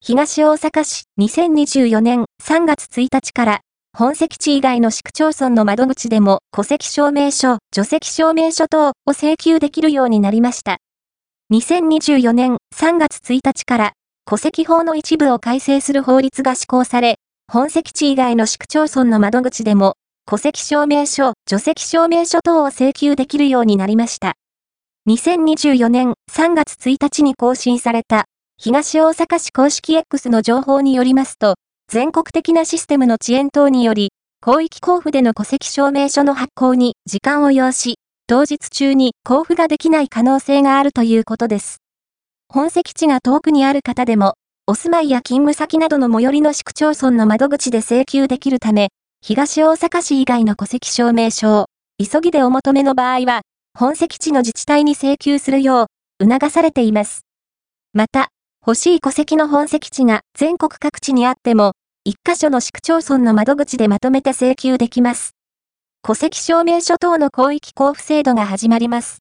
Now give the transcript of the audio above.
東大阪市2024年3月1日から本籍地以外の市区町村の窓口でも戸籍証明書、除籍証明書等を請求できるようになりました。2024年3月1日から戸籍法の一部を改正する法律が施行され、本籍地以外の市区町村の窓口でも戸籍証明書、除籍証明書等を請求できるようになりました。2024年3月1日に更新された東大阪市公式 X の情報によりますと、全国的なシステムの遅延等により、広域交付での戸籍証明書の発行に時間を要し、当日中に交付ができない可能性があるということです。本籍地が遠くにある方でも、お住まいや勤務先などの最寄りの市区町村の窓口で請求できるため、東大阪市以外の戸籍証明書を、急ぎでお求めの場合は、本籍地の自治体に請求するよう、促されています。また、欲しい戸籍の本籍地が全国各地にあっても、一箇所の市区町村の窓口でまとめて請求できます。戸籍証明書等の広域交付制度が始まります。